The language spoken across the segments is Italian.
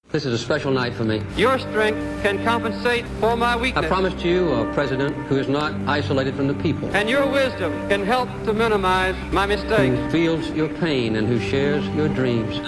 This is a special night for me. Your strength can compensate for my I weakness. promised you a president who is not isolated from the people, And your wisdom can help to minimize my mistakes. who feels your pain and who shares your dreams.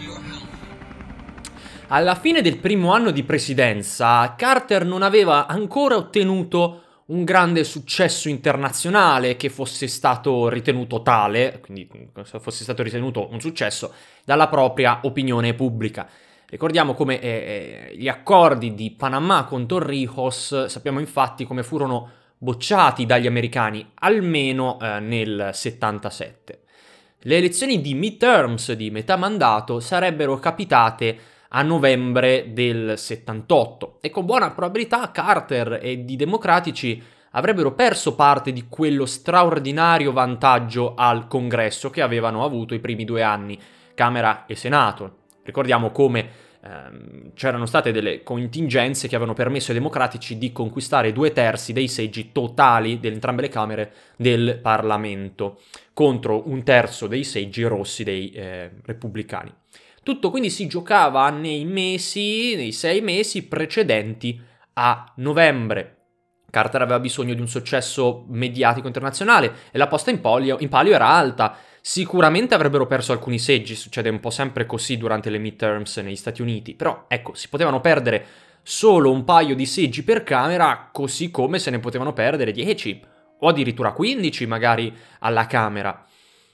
Alla fine del primo anno di presidenza, Carter non aveva ancora ottenuto un grande successo internazionale che fosse stato ritenuto tale, quindi fosse stato ritenuto un successo dalla propria opinione pubblica. Ricordiamo come gli accordi di Panama con Torrijos, sappiamo infatti come furono bocciati dagli americani, almeno nel 77. Le elezioni di midterms, di metà mandato, sarebbero capitate a novembre del 78 e con buona probabilità Carter e i democratici avrebbero perso parte di quello straordinario vantaggio al Congresso che avevano avuto i primi 2 anni, Camera e Senato. Ricordiamo come c'erano state delle contingenze che avevano permesso ai democratici di conquistare 2/3 dei seggi totali di entrambe le camere del Parlamento contro 1/3 dei seggi rossi dei repubblicani. Tutto quindi si giocava nei 6 mesi precedenti a novembre. Carter aveva bisogno di un successo mediatico internazionale e la posta in palio era alta. Sicuramente avrebbero perso alcuni seggi, succede un po' sempre così durante le midterms negli Stati Uniti, però ecco, si potevano perdere solo un paio di seggi per Camera, così come se ne potevano perdere 10 o addirittura 15 magari alla Camera.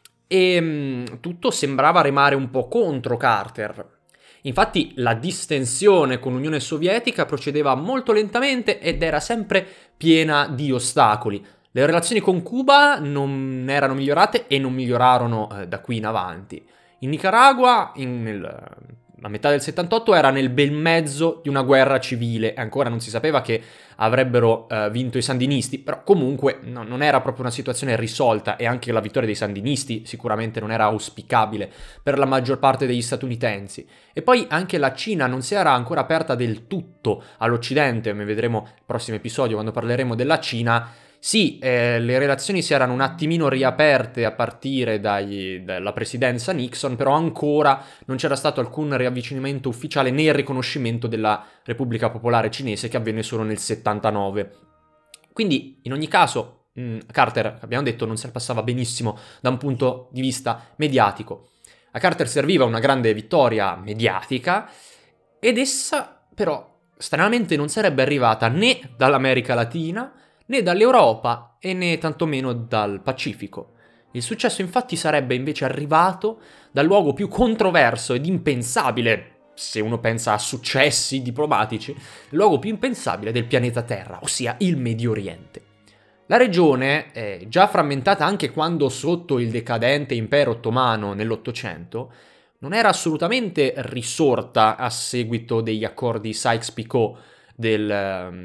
E tutto sembrava remare un po' contro Carter. Infatti la distensione con l'Unione Sovietica procedeva molto lentamente ed era sempre piena di ostacoli. Le relazioni con Cuba non erano migliorate e non migliorarono da qui in avanti. In Nicaragua, a metà del 78, era nel bel mezzo di una guerra civile e ancora non si sapeva che avrebbero vinto i sandinisti, però comunque non era proprio una situazione risolta e anche la vittoria dei sandinisti sicuramente non era auspicabile per la maggior parte degli statunitensi. E poi anche la Cina non si era ancora aperta del tutto all'Occidente, come vedremo nel prossimo episodio quando parleremo della Cina. Sì, le relazioni si erano un attimino riaperte a partire dalla presidenza Nixon, però ancora non c'era stato alcun riavvicinamento ufficiale né il riconoscimento della Repubblica Popolare Cinese che avvenne solo nel 79. Quindi, in ogni caso, Carter, abbiamo detto, non se la passava benissimo da un punto di vista mediatico. A Carter serviva una grande vittoria mediatica ed essa, però, stranamente non sarebbe arrivata né dall'America Latina né dall'Europa e né tantomeno dal Pacifico. Il successo infatti sarebbe invece arrivato dal luogo più controverso ed impensabile, se uno pensa a successi diplomatici, il luogo più impensabile del pianeta Terra, ossia il Medio Oriente. La regione, già frammentata anche quando sotto il decadente impero ottomano nell'Ottocento, non era assolutamente risorta a seguito degli accordi Sykes-Picot del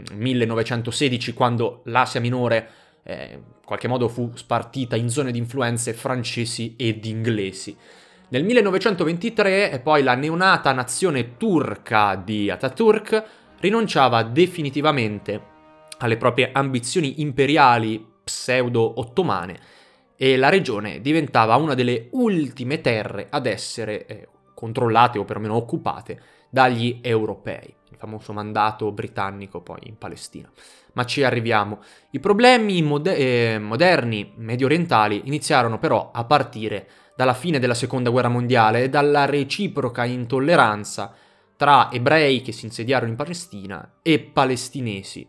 1916, quando l'Asia Minore in qualche modo fu spartita in zone di influenze francesi ed inglesi. Nel 1923 poi la neonata nazione turca di Atatürk rinunciava definitivamente alle proprie ambizioni imperiali pseudo-ottomane e la regione diventava una delle ultime terre ad essere controllate o perlomeno occupate dagli europei, il famoso mandato britannico poi in Palestina. Ma ci arriviamo. I problemi moderni medio orientali iniziarono però a partire dalla fine della Seconda Guerra Mondiale e dalla reciproca intolleranza tra ebrei che si insediarono in Palestina e palestinesi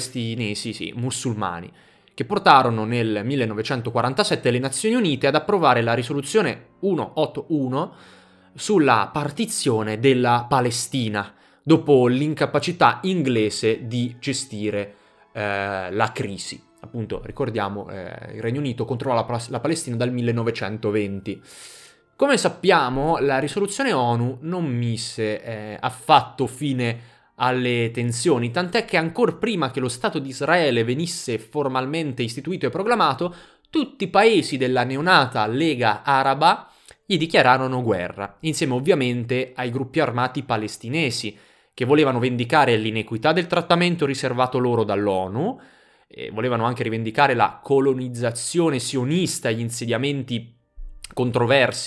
musulmani, che portarono nel 1947 le Nazioni Unite ad approvare la risoluzione 181 sulla partizione della Palestina, dopo l'incapacità inglese di gestire la crisi. Appunto, ricordiamo, il Regno Unito controlla la Palestina dal 1920. Come sappiamo, la risoluzione ONU non mise affatto fine alle tensioni, tant'è che ancora prima che lo Stato di Israele venisse formalmente istituito e proclamato, tutti i paesi della neonata Lega Araba gli dichiararono guerra, insieme ovviamente ai gruppi armati palestinesi, che volevano vendicare l'inequità del trattamento riservato loro dall'ONU, e volevano anche rivendicare la colonizzazione sionista, gli insediamenti controversi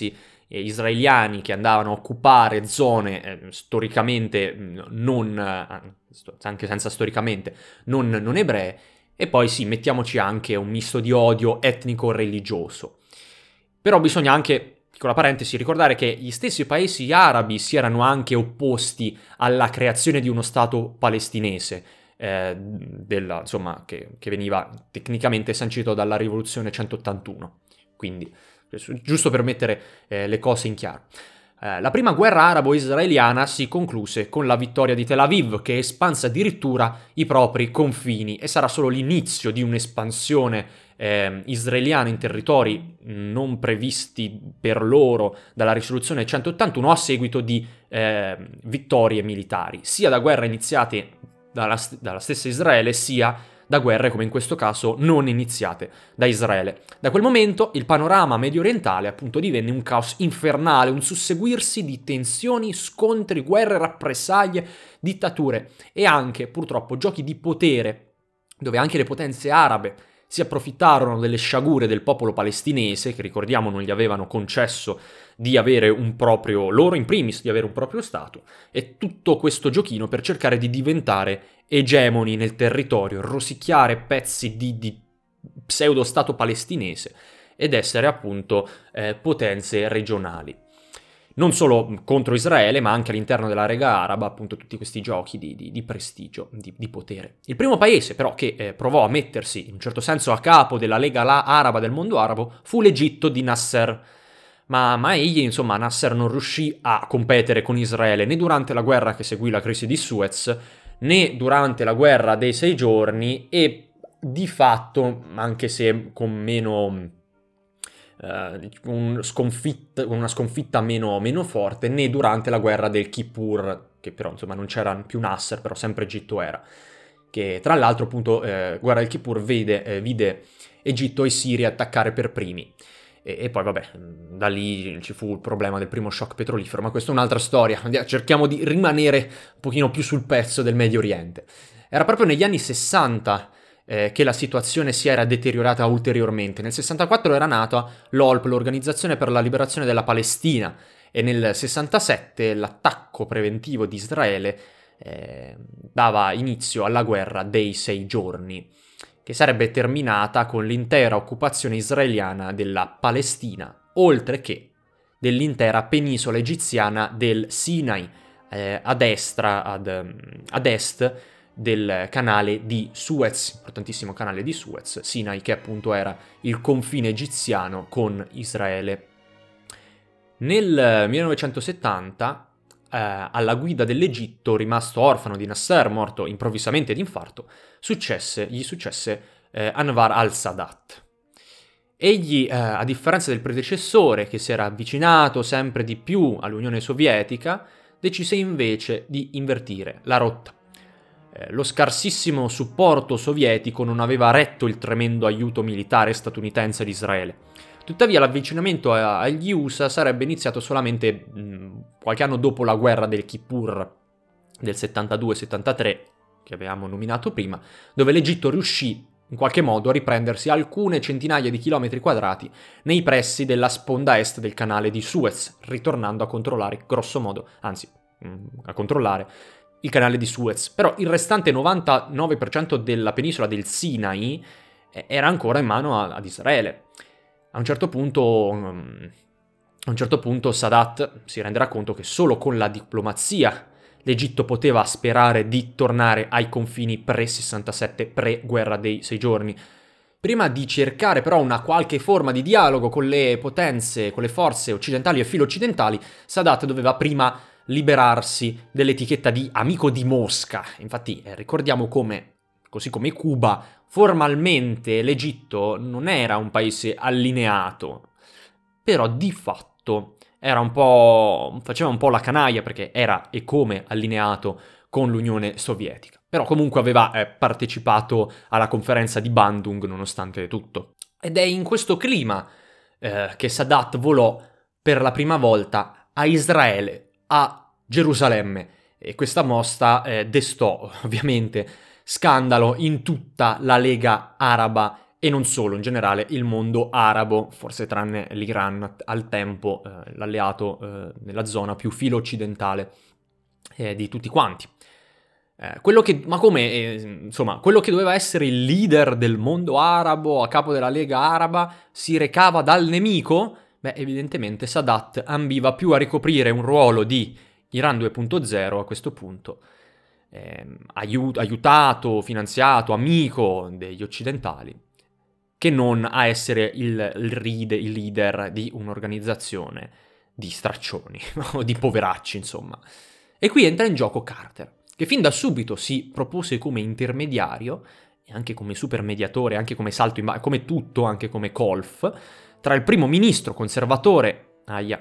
israeliani che andavano a occupare zone storicamente anche senza storicamente, non ebree, e poi sì, mettiamoci anche un misto di odio etnico-religioso. Però bisogna anche, piccola parentesi, ricordare che gli stessi paesi arabi si erano anche opposti alla creazione di uno Stato palestinese, insomma, che veniva tecnicamente sancito dalla rivoluzione 181. Quindi, giusto per mettere le cose in chiaro. La prima guerra arabo-israeliana si concluse con la vittoria di Tel Aviv, che espanse addirittura i propri confini, e sarà solo l'inizio di un'espansione israeliana in territori non previsti per loro dalla risoluzione 181 a seguito di vittorie militari, sia da guerre iniziate dalla stessa Israele, sia da guerre, come in questo caso, non iniziate da Israele. Da quel momento il panorama mediorientale appunto divenne un caos infernale, un susseguirsi di tensioni, scontri, guerre, rappresaglie, dittature e anche purtroppo giochi di potere, dove anche le potenze arabe si approfittarono delle sciagure del popolo palestinese, che ricordiamo non gli avevano concesso di avere un proprio, loro in primis, di avere un proprio Stato, e tutto questo giochino per cercare di diventare egemoni nel territorio, rosicchiare pezzi di pseudo-stato palestinese ed essere appunto potenze regionali. Non solo contro Israele, ma anche all'interno della Lega Araba, appunto tutti questi giochi di prestigio, di potere. Il primo paese però che provò a mettersi in un certo senso a capo della Lega Araba del mondo arabo fu l'Egitto di Nasser. Ma egli, insomma, Nasser non riuscì a competere con Israele né durante la guerra che seguì la crisi di Suez, né durante la guerra dei 6 giorni, e di fatto, anche se con meno una sconfitta meno forte, né durante la guerra del Kippur, che però insomma non c'era più Nasser, però sempre Egitto era, che tra l'altro appunto guerra del Kippur vide Egitto e Siria attaccare per primi. E poi vabbè, da lì ci fu il problema del primo shock petrolifero, ma questa è un'altra storia. Cerchiamo di rimanere un pochino più sul pezzo del Medio Oriente. Era proprio negli anni 60 che la situazione si era deteriorata ulteriormente. Nel 64 era nata l'OLP, l'Organizzazione per la Liberazione della Palestina, e nel 67 l'attacco preventivo di Israele dava inizio alla guerra dei 6 giorni, che sarebbe terminata con l'intera occupazione israeliana della Palestina, oltre che dell'intera penisola egiziana del Sinai, ad est del canale di Suez, importantissimo canale di Suez, Sinai che appunto era il confine egiziano con Israele. Nel 1970, alla guida dell'Egitto, rimasto orfano di Nasser, morto improvvisamente di infarto, gli successe Anwar al-Sadat. Egli, a differenza del predecessore, che si era avvicinato sempre di più all'Unione Sovietica, decise invece di invertire la rotta. Lo scarsissimo supporto sovietico non aveva retto il tremendo aiuto militare statunitense ad Israele. Tuttavia l'avvicinamento agli USA sarebbe iniziato solamente qualche anno dopo la guerra del Kippur del 72-73, che avevamo nominato prima, dove l'Egitto riuscì in qualche modo a riprendersi alcune centinaia di chilometri quadrati nei pressi della sponda est del canale di Suez, ritornando a controllare grosso modo, anzi a controllare il canale di Suez. Però il restante 99% della penisola del Sinai era ancora in mano ad Israele. A un certo punto Sadat si renderà conto che solo con la diplomazia l'Egitto poteva sperare di tornare ai confini pre-67, pre-guerra dei 6 giorni. Prima di cercare però una qualche forma di dialogo con le potenze, con le forze occidentali e filo-occidentali, Sadat doveva prima liberarsi dell'etichetta di amico di Mosca. Infatti ricordiamo come, così come Cuba, formalmente l'Egitto non era un paese allineato, però di fatto faceva un po' la canaglia, perché era e come allineato con l'Unione Sovietica. Però comunque aveva partecipato alla conferenza di Bandung nonostante tutto. Ed è in questo clima che Sadat volò per la prima volta a Israele, a Gerusalemme, e questa mossa destò ovviamente scandalo in tutta la Lega Araba e non solo, in generale, il mondo arabo, forse tranne l'Iran al tempo, l'alleato nella zona più filo-occidentale di tutti quanti. Quello che doveva essere il leader del mondo arabo, a capo della Lega Araba, si recava dal nemico. Evidentemente Sadat ambiva più a ricoprire un ruolo di Iran 2.0 a questo punto, aiutato, finanziato, amico degli occidentali, che non a essere il leader di un'organizzazione di straccioni o di poveracci, insomma. E qui entra in gioco Carter, che fin da subito si propose come intermediario, e anche come super mediatore, anche come salto in come tutto, anche come colf, tra il primo ministro conservatore,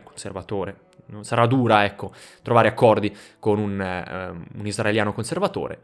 non sarà dura, ecco, trovare accordi con un israeliano conservatore,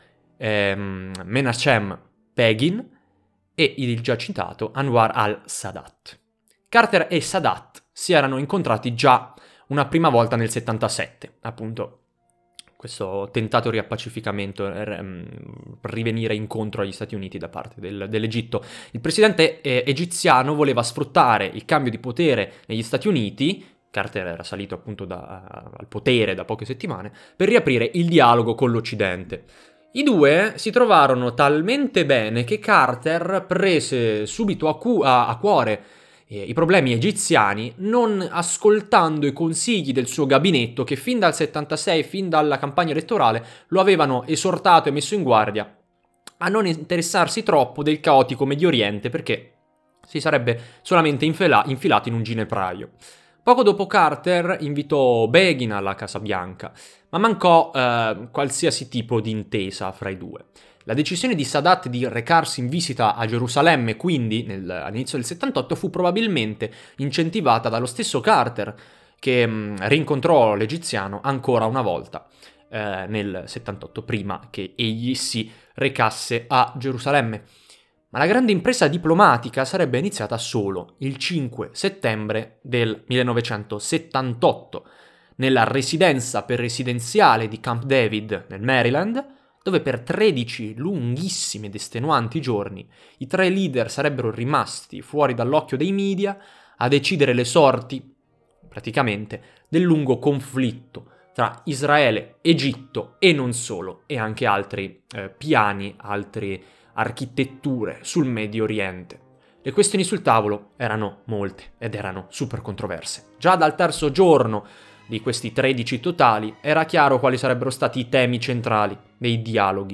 Menachem Begin, e il già citato Anwar al-Sadat. Carter e Sadat si erano incontrati già una prima volta nel 77, appunto, questo tentato riappacificamento per rivenire incontro agli Stati Uniti da parte dell'Egitto. Il presidente egiziano voleva sfruttare il cambio di potere negli Stati Uniti, Carter era salito appunto al potere da poche settimane, per riaprire il dialogo con l'Occidente. I due si trovarono talmente bene che Carter prese subito a cuore i problemi egiziani, non ascoltando i consigli del suo gabinetto che fin dal 76, fin dalla campagna elettorale, lo avevano esortato e messo in guardia a non interessarsi troppo del caotico Medio Oriente, perché si sarebbe solamente infilato in un ginepraio. Poco dopo Carter invitò Begin alla Casa Bianca, ma mancò qualsiasi tipo di intesa fra i due. La decisione di Sadat di recarsi in visita a Gerusalemme, quindi all'inizio del 78, fu probabilmente incentivata dallo stesso Carter, che rincontrò l'egiziano ancora una volta nel 78, prima che egli si recasse a Gerusalemme. Ma la grande impresa diplomatica sarebbe iniziata solo il 5 settembre del 1978, nella residenza residenziale di Camp David nel Maryland, dove per 13 lunghissimi ed estenuanti giorni i tre leader sarebbero rimasti fuori dall'occhio dei media a decidere le sorti, praticamente, del lungo conflitto tra Israele, Egitto e non solo, e anche altri piani, altre architetture sul Medio Oriente. Le questioni sul tavolo erano molte ed erano super controverse. Già dal terzo giorno di questi 13 totali era chiaro quali sarebbero stati i temi centrali dei dialoghi.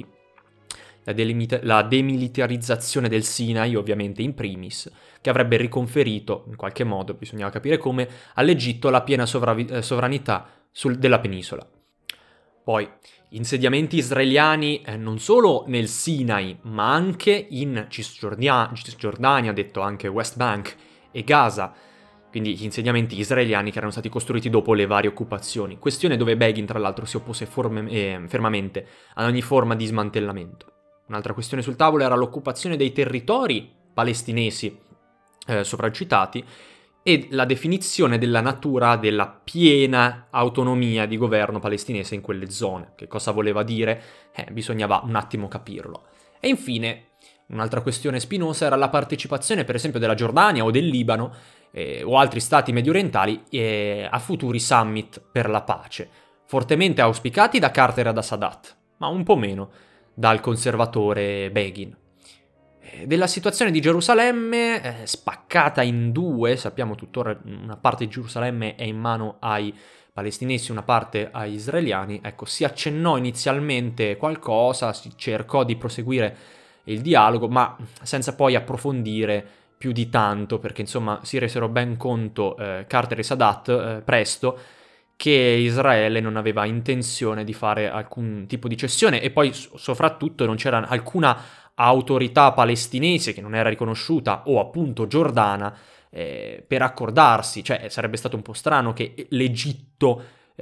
La demilitarizzazione del Sinai, ovviamente in primis, che avrebbe riconferito, in qualche modo, bisognava capire come, all'Egitto la piena sovranità della penisola. Poi, insediamenti israeliani non solo nel Sinai, ma anche in Cisgiordania, detto anche West Bank, e Gaza, quindi gli insediamenti israeliani che erano stati costruiti dopo le varie occupazioni, questione dove Begin tra l'altro si oppose fermamente ad ogni forma di smantellamento. Un'altra questione sul tavolo era l'occupazione dei territori palestinesi sopracitati e la definizione della natura della piena autonomia di governo palestinese in quelle zone. Che cosa voleva dire? Bisognava un attimo capirlo. E infine, un'altra questione spinosa era la partecipazione, per esempio, della Giordania o del Libano o altri stati mediorientali a futuri summit per la pace, fortemente auspicati da Carter e da Sadat, ma un po' meno dal conservatore Begin. Della situazione di Gerusalemme, spaccata in due, sappiamo tuttora una parte di Gerusalemme è in mano ai palestinesi, una parte agli israeliani, ecco, si accennò inizialmente qualcosa, si cercò di proseguire il dialogo, ma senza poi approfondire più di tanto, perché insomma si resero ben conto Carter e Sadat presto che Israele non aveva intenzione di fare alcun tipo di cessione e poi soprattutto non c'era alcuna autorità palestinese che non era riconosciuta o appunto giordana per accordarsi. Cioè sarebbe stato un po' strano che l'Egitto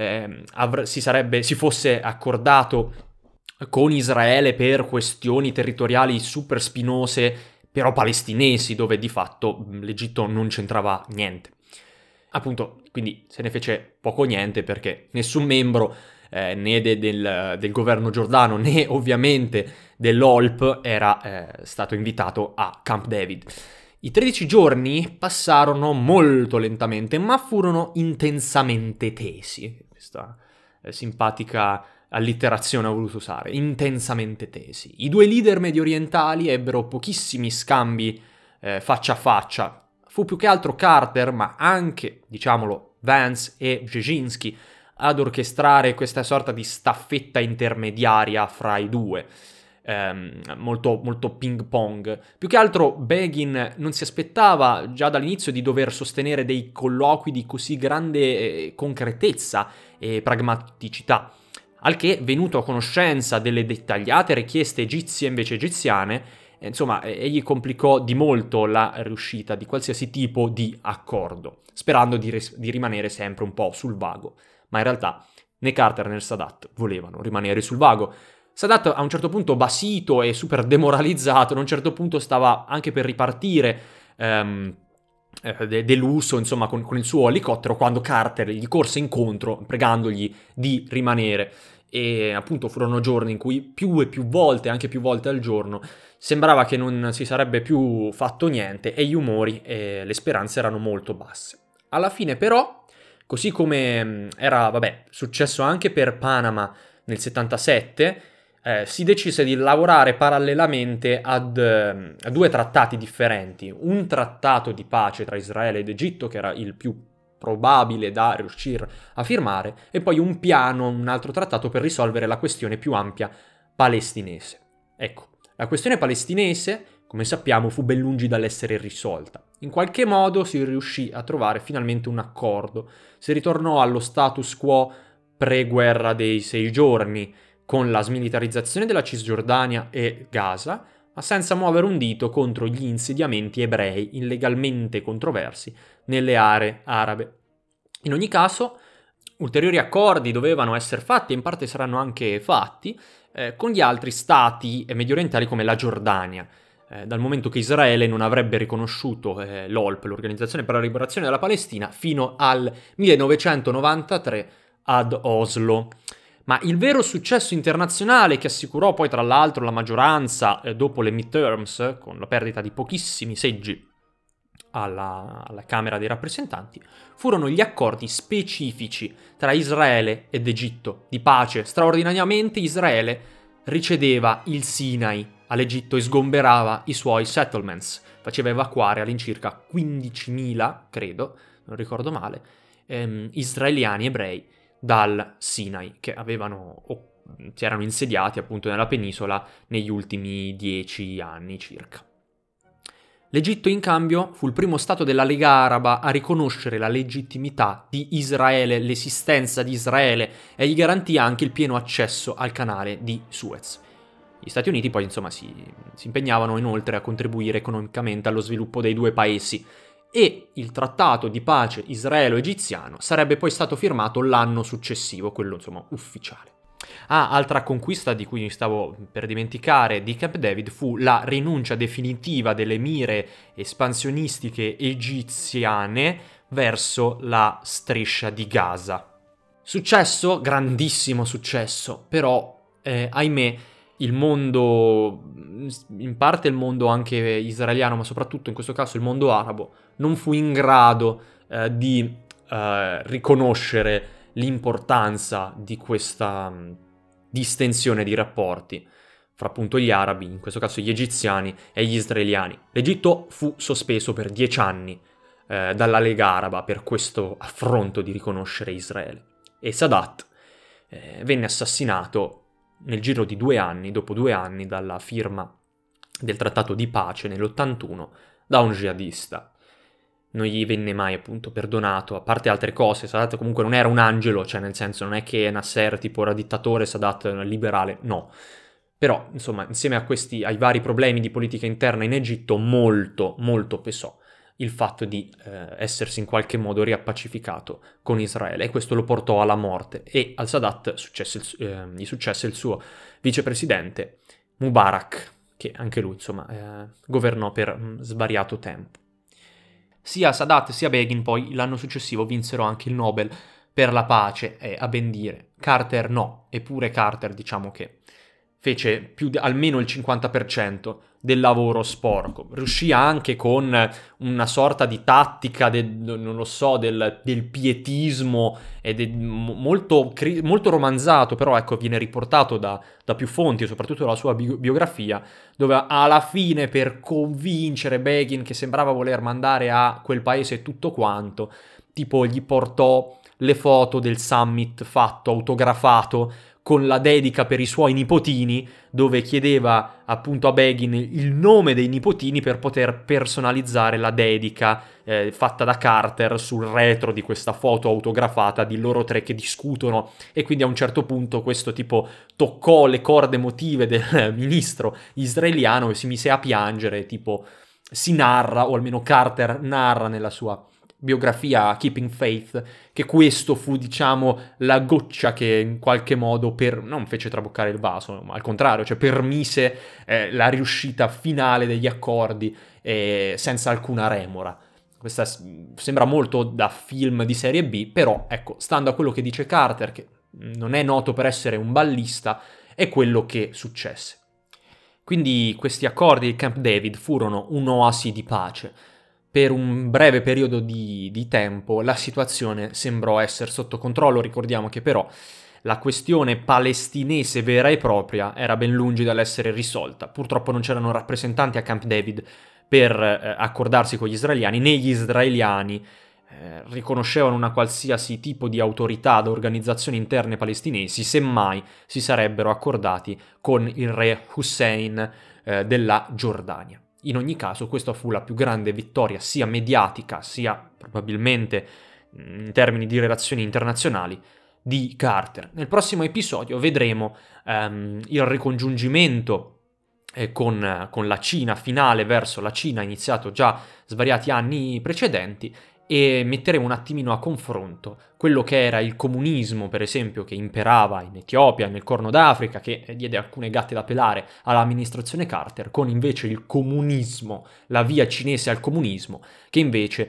si fosse accordato con Israele per questioni territoriali super spinose, però palestinesi, dove di fatto l'Egitto non c'entrava niente. Appunto, quindi se ne fece poco niente perché nessun membro né del governo giordano né ovviamente dell'OLP, era stato invitato a Camp David. I 13 giorni passarono molto lentamente, ma furono intensamente tesi. Questa simpatica allitterazione ho voluto usare, intensamente tesi. I due leader mediorientali ebbero pochissimi scambi faccia a faccia. Fu più che altro Carter, ma anche, diciamolo, Vance e Brzezinski ad orchestrare questa sorta di staffetta intermediaria fra i due. Molto, molto ping pong. Più che altro Begin non si aspettava già dall'inizio di dover sostenere dei colloqui di così grande concretezza e pragmaticità, al che, venuto a conoscenza delle dettagliate richieste egizie invece egiziane, insomma, egli complicò di molto la riuscita di qualsiasi tipo di accordo, sperando di rimanere sempre un po' sul vago. Ma in realtà né Carter né Sadat volevano rimanere sul vago. Sadat a un certo punto, basito e super demoralizzato, a un certo punto stava anche per ripartire deluso, insomma, con il suo elicottero, quando Carter gli corse incontro pregandogli di rimanere. E appunto furono giorni in cui più e più volte, anche più volte al giorno, sembrava che non si sarebbe più fatto niente e gli umori e le speranze erano molto basse. Alla fine però, così come era, successo anche per Panama nel 77, si decise di lavorare parallelamente a due trattati differenti. Un trattato di pace tra Israele ed Egitto, che era il più probabile da riuscire a firmare, e poi un altro trattato per risolvere la questione più ampia palestinese. Ecco, la questione palestinese, come sappiamo, fu ben lungi dall'essere risolta. In qualche modo si riuscì a trovare finalmente un accordo. Si ritornò allo status quo pre-guerra dei 6 giorni, con la smilitarizzazione della Cisgiordania e Gaza, ma senza muovere un dito contro gli insediamenti ebrei illegalmente controversi nelle aree arabe. In ogni caso, ulteriori accordi dovevano essere fatti, e in parte saranno anche fatti, con gli altri stati mediorientali come la Giordania, dal momento che Israele non avrebbe riconosciuto l'OLP, l'Organizzazione per la Liberazione della Palestina, fino al 1993 ad Oslo. Ma il vero successo internazionale, che assicurò poi tra l'altro la maggioranza dopo le midterms, con la perdita di pochissimi seggi alla Camera dei rappresentanti, furono gli accordi specifici tra Israele ed Egitto di pace. Straordinariamente Israele ricedeva il Sinai all'Egitto e sgomberava i suoi settlements, faceva evacuare all'incirca 15.000, credo, non ricordo male, israeliani ebrei dal Sinai, che si erano insediati appunto nella penisola negli ultimi 10 anni circa. L'Egitto in cambio fu il primo stato della Lega Araba a riconoscere la legittimità di Israele, l'esistenza di Israele, e gli garantì anche il pieno accesso al canale di Suez. Gli Stati Uniti poi insomma si impegnavano inoltre a contribuire economicamente allo sviluppo dei due paesi, e il trattato di pace israelo-egiziano sarebbe poi stato firmato l'anno successivo, quello insomma ufficiale. Altra conquista di cui mi stavo per dimenticare di Camp David fu la rinuncia definitiva delle mire espansionistiche egiziane verso la striscia di Gaza. Successo? Grandissimo successo, però ahimè il mondo, in parte il mondo anche israeliano, ma soprattutto in questo caso il mondo arabo, non fu in grado di riconoscere l'importanza di questa distensione di rapporti fra appunto gli arabi, in questo caso gli egiziani, e gli israeliani. L'Egitto fu sospeso per 10 anni dalla Lega Araba per questo affronto di riconoscere Israele. E Sadat venne assassinato nel giro di 2 anni, dopo 2 anni dalla firma del trattato di pace nell'81, da un jihadista. Non gli venne mai appunto perdonato, a parte altre cose. Sadat comunque non era un angelo, cioè nel senso non è che Nasser tipo era dittatore, Sadat liberale, no. Però insomma insieme ai vari problemi di politica interna in Egitto molto molto pesò il fatto di essersi in qualche modo riappacificato con Israele, e questo lo portò alla morte, e al Sadat gli successe il suo vicepresidente Mubarak, che anche lui insomma governò per svariato tempo. Sia Sadat sia Begin poi l'anno successivo vinsero anche il Nobel per la pace, e a ben dire Carter no, eppure Carter diciamo che fece almeno il 50% del lavoro sporco. Riuscì anche con una sorta di tattica, non lo so, del pietismo, molto romanzato, però ecco, viene riportato da più fonti, soprattutto dalla sua biografia, dove alla fine, per convincere Begin, che sembrava voler mandare a quel paese tutto quanto, tipo gli portò le foto del summit fatto, autografato, con la dedica per i suoi nipotini, dove chiedeva appunto a Begin il nome dei nipotini per poter personalizzare la dedica fatta da Carter sul retro di questa foto autografata di loro tre che discutono, e quindi a un certo punto questo tipo toccò le corde emotive del ministro israeliano e si mise a piangere, tipo si narra, o almeno Carter narra nella sua biografia Keeping Faith, che questo fu, diciamo, la goccia che in qualche modo non fece traboccare il vaso, ma al contrario, cioè permise la riuscita finale degli accordi senza alcuna remora. Questa sembra molto da film di serie B, però, ecco, stando a quello che dice Carter, che non è noto per essere un ballista, è quello che successe. Quindi questi accordi di Camp David furono un'oasi di pace. Per un breve periodo di tempo la situazione sembrò essere sotto controllo. Ricordiamo che però la questione palestinese vera e propria era ben lungi dall'essere risolta. Purtroppo non c'erano rappresentanti a Camp David per accordarsi con gli israeliani, né gli israeliani riconoscevano una qualsiasi tipo di autorità ad organizzazioni interne palestinesi, semmai si sarebbero accordati con il re Hussein della Giordania. In ogni caso, questa fu la più grande vittoria sia mediatica, sia probabilmente in termini di relazioni internazionali di Carter. Nel prossimo episodio vedremo il ricongiungimento con la Cina finale verso la Cina, iniziato già svariati anni precedenti, e metteremo un attimino a confronto quello che era il comunismo, per esempio, che imperava in Etiopia, nel Corno d'Africa, che diede alcune gatte da pelare all'amministrazione Carter, con invece il comunismo, la via cinese al comunismo, che invece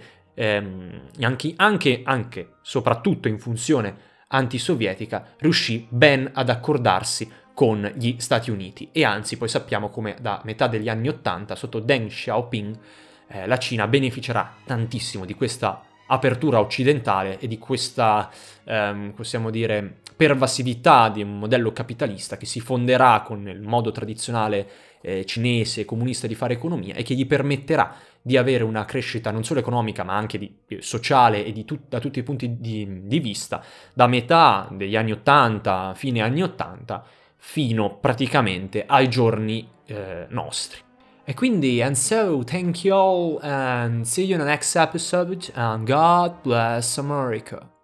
anche soprattutto in funzione antisovietica riuscì ben ad accordarsi con gli Stati Uniti, e anzi poi sappiamo come da metà degli anni '80 sotto Deng Xiaoping la Cina beneficerà tantissimo di questa apertura occidentale e di questa, possiamo dire, pervasività di un modello capitalista che si fonderà con il modo tradizionale cinese, comunista di fare economia, e che gli permetterà di avere una crescita non solo economica ma anche sociale e da tutti i punti di vista, da metà degli anni '80, fine anni '80, fino praticamente ai giorni nostri. E quindi, and so, thank you all and see you in the next episode, and God bless America.